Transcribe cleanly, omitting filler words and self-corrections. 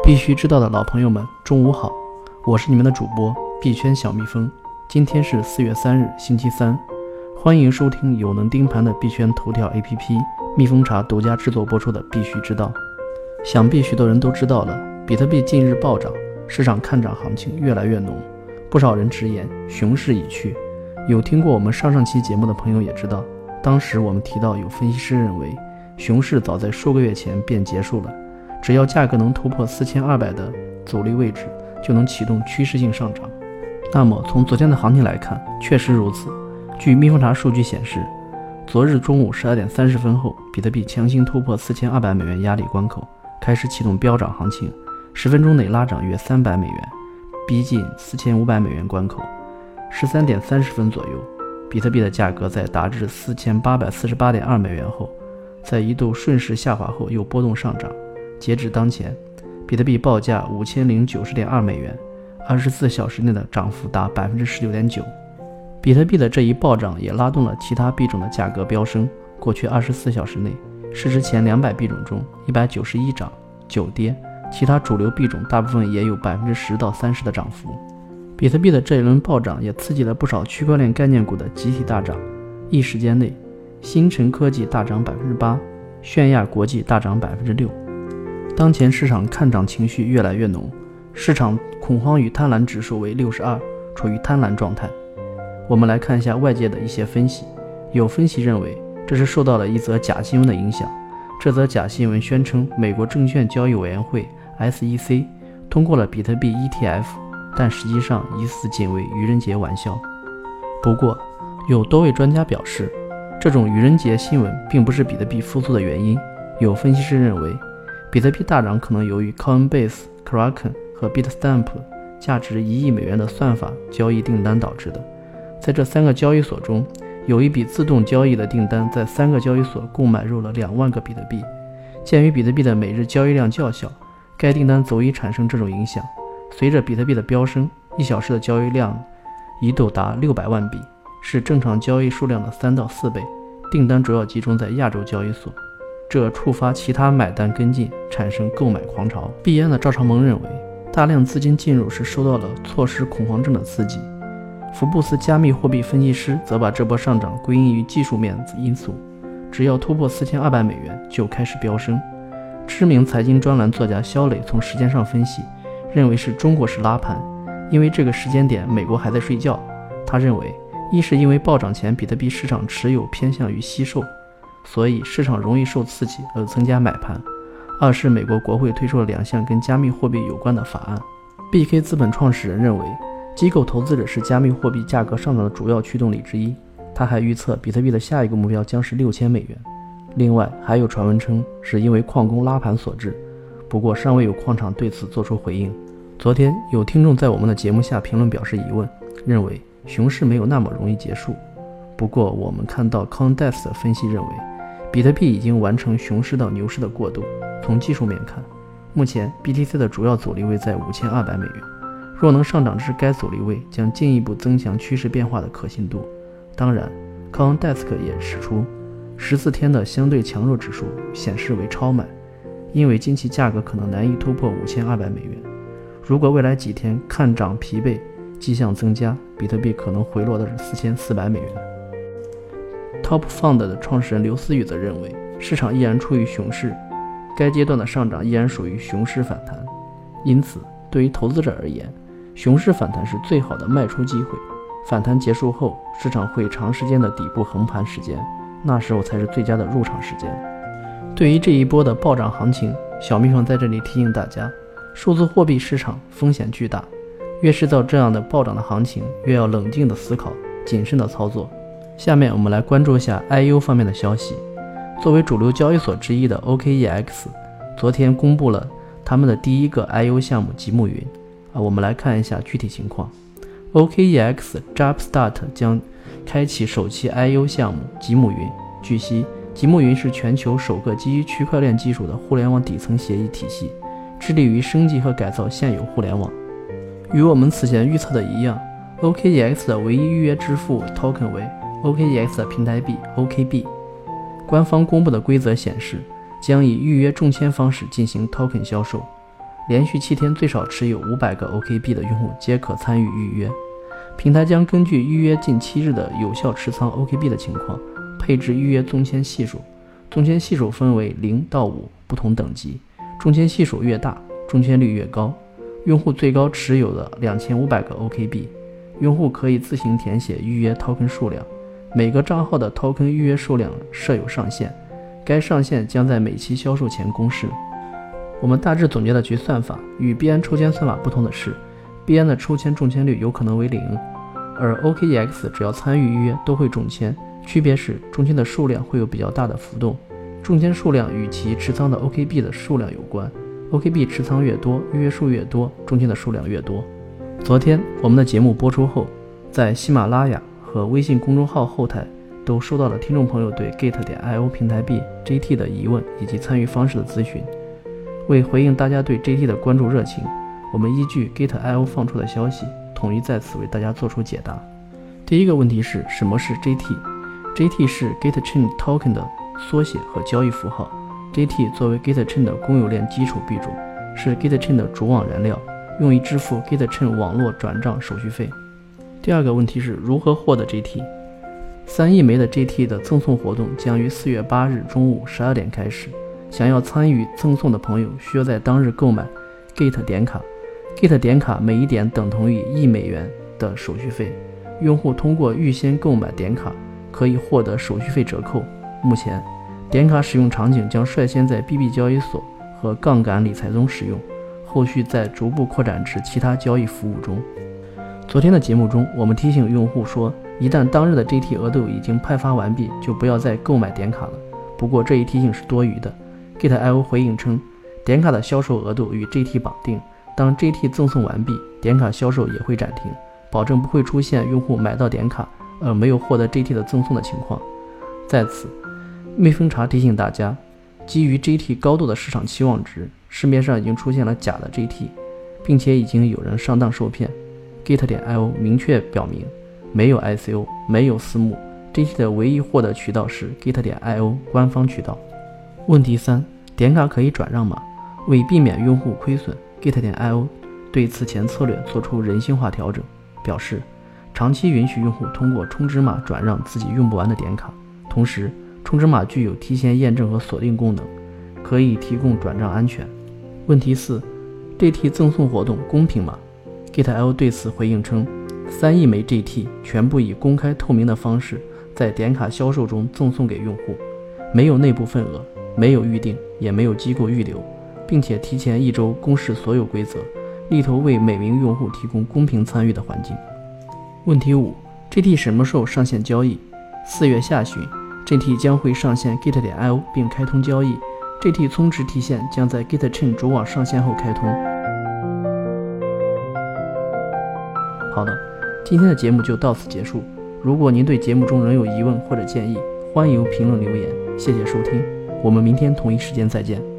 必须知道的老朋友们，中午好，我是你们的主播币圈小蜜蜂。今天是4月3日，星期三，欢迎收听有能盯盘的币圈头条 APP 蜜蜂茶独家制作播出的必须知道。想必许多人都知道了，比特币近日暴涨，市场看涨行情越来越浓，不少人直言熊市已去。有听过我们上期节目的朋友也知道，当时我们提到有分析师认为熊市早在数个月前便结束了，只要价格能突破4200的阻力位置，就能启动趋势性上涨。那么从昨天的行情来看，确实如此。据蜜蜂茶数据显示，昨日中午12点30分后，比特币强行突破4200美元压力关口，开始启动飙涨行情，10分钟内拉涨约300美元，逼近4500美元关口。13点30分左右，比特币的价格在达至4848.2美元后，在一度顺势下滑后又波动上涨。截止当前，比特币报价5090.2美元，24小时内的涨幅达 16.9%。 比特币的这一暴涨也拉动了其他币种的价格飙升。过去24小时内，市值前200币种中191涨9跌，其他主流币种大部分也有10%到30%的涨幅。比特币的这一轮暴涨也刺激了不少区块链概念股的集体大涨，一时间内，星辰科技大涨 8%， 泫亚国际大涨 6%。 当前市场看涨情绪越来越浓，市场恐慌与贪婪指数为62，处于贪婪状态。我们来看一下外界的一些分析，有分析认为这是受到了一则假新闻的影响。这则假新闻宣称美国证券交易委员会 SEC 通过了比特币 ETF， 但实际上疑似仅为愚人节玩笑。不过有多位专家表示，这种愚人节新闻并不是比特币复苏的原因。有分析师认为，比特币大涨可能由于 Coinbase、Kraken 和 Bitstamp 价值1亿美元的算法交易订单导致的。在这3个交易所中，有一笔自动交易的订单在3个交易所共买入了2万个比特币。鉴于比特币的每日交易量较小，该订单足以产生这种影响。随着比特币的飙升，1小时的交易量一度达600万笔，是正常交易数量的3到4倍。订单主要集中在亚洲交易所，这触发其他买单跟进，产生购买狂潮。币安的赵长鹏认为，大量资金进入是受到了错失恐慌症的刺激。福布斯加密货币分析师则把这波上涨归因于技术面因素，只要突破4200美元就开始飙升。知名财经专栏作家肖磊从时间上分析，认为是中国式拉盘，因为这个时间点美国还在睡觉。他认为，一是因为暴涨前比特币市场持有偏向于惜售，所以市场容易受刺激而增加买盘；二是美国国会推出了2项跟加密货币有关的法案。BK 资本创始人认为，机构投资者是加密货币价格上涨的主要驱动力之一。他还预测比特币的下一个目标将是6000美元。另外还有传闻称是因为矿工拉盘所致，不过尚未有矿场对此做出回应。昨天有听众在我们的节目下评论表示疑问，认为熊市没有那么容易结束。不过我们看到 CoinDesk 的分析认为，比特币已经完成熊市到牛市的过渡。从技术面看，目前 BTC 的主要阻力位在5200美元，若能上涨至该阻力位，将进一步增强趋势变化的可信度。当然 CoinDesk 也指出，14天的相对强弱指数显示为超买，因为近期价格可能难以突破5200美元。如果未来几天看涨疲惫迹象增加，比特币可能回落的是4400美元。Top Fund 的创始人刘思雨则认为，市场依然处于熊市，该阶段的上涨依然属于熊市反弹，因此对于投资者而言，熊市反弹是最好的卖出机会。反弹结束后，市场会长时间的底部横盘时间，那时候才是最佳的入场时间。对于这一波的暴涨行情，小蜜蜂在这里提醒大家，数字货币市场风险巨大，越是到这样的暴涨的行情，越要冷静的思考，谨慎的操作。下面我们来关注一下 IU 方面的消息。作为主流交易所之一的 OKEX 昨天公布了他们的第一个 IU 项目极目云。我们来看一下具体情况。OKEX Jumpstart 将开启首期 IU 项目极目云。据悉，极目云是全球首个基于区块链技术的互联网底层协议体系，致力于升级和改造现有互联网。与我们此前预测的一样， OKEX 的唯一预约支付 token 为 OKEX 的平台币 OKB。 官方公布的规则显示，将以预约中签方式进行 token 销售。 连续7天最少持有500个 OKB 的用户皆可参与预约。平台将根据预约近7日的有效持仓 OKB 的情况，配置预约中签系数。中签系数分为0到5不同等级，中签系数越大，中签率越高。用户最高持有的2500个 OKB， 用户可以自行填写预约 token 数量，每个账号的 token 预约数量设有上限，该上限将在每期销售前公示。我们大致总结了其算法，与币安抽签算法不同的是，币安的抽签中签率有可能为0，而 OKEX 只要参与预约都会中签，区别是中签的数量会有比较大的浮动，中签数量与其持仓的 OKB 的数量有关， OKB 持仓越多，预约数越多，中签的数量越多。昨天我们的节目播出后，在喜马拉雅和微信公众号后台都收到了听众朋友对 Gate.io 平台币 JT 的疑问以及参与方式的咨询。为回应大家对 JT 的关注热情，我们依据 Gate.io 放出的消息，统一在此为大家做出解答。第一个问题是，什么是 JT？JT 是 GateChain Token 的缩写和交易符号。JT 作为 GateChain 的公有链基础币种，是 GateChain 的主网燃料，用于支付 GateChain 网络转账手续费。第二个问题是如何获得 JT？3亿枚的 JT 的赠送活动将于4月8日中午12点开始。想要参与赠送的朋友需要在当日购买 Gate 点卡， Gate 点卡每一点等同于1美元的手续费。用户通过预先购买点卡可以获得手续费折扣。目前点卡使用场景将率先在 BB 交易所和杠杆理财中使用，后续再逐步扩展至其他交易服务中。昨天的节目中，我们提醒用户说，一旦当日的 JT 额度已经派发完毕，就不要再购买点卡了。不过这一提醒是多余的。Gate.io 回应称，点卡的销售额度与 JT 绑定，当 JT 赠送完毕，点卡销售也会暂停，保证不会出现用户买到点卡而没有获得 JT 的赠送的情况。在此，蜜蜂茶提醒大家，基于 JT 高度的市场期望值，市面上已经出现了假的 JT， 并且已经有人上当受骗。Gate.io 明确表明，没有 ICO， 没有私募， JT 的唯一获得渠道是 Gate.io 官方渠道。问题3，点卡可以转让吗？为避免用户亏损， Gate.io 对此前策略做出人性化调整，表示长期允许用户通过充值码转让自己用不完的点卡，同时充值码具有提前验证和锁定功能，可以提供转账安全。问题4， JT 赠送活动公平吗？ Gate.io 对此回应称，3亿枚 JT 全部以公开透明的方式在点卡销售中赠送给用户，没有内部份额，没有预定，也没有机构预留，并且提前1周公示所有规则，力图为每名用户提供公平参与的环境。问题5， JT 什么时候上线交易？4月下旬 JT 将会上线 Gate.io 并开通交易， JT 充值提现将在 GateChain 主网上线后开通。好的，今天的节目就到此结束。如果您对节目中仍有疑问或者建议，欢迎评论留言。谢谢收听，我们明天同一时间再见。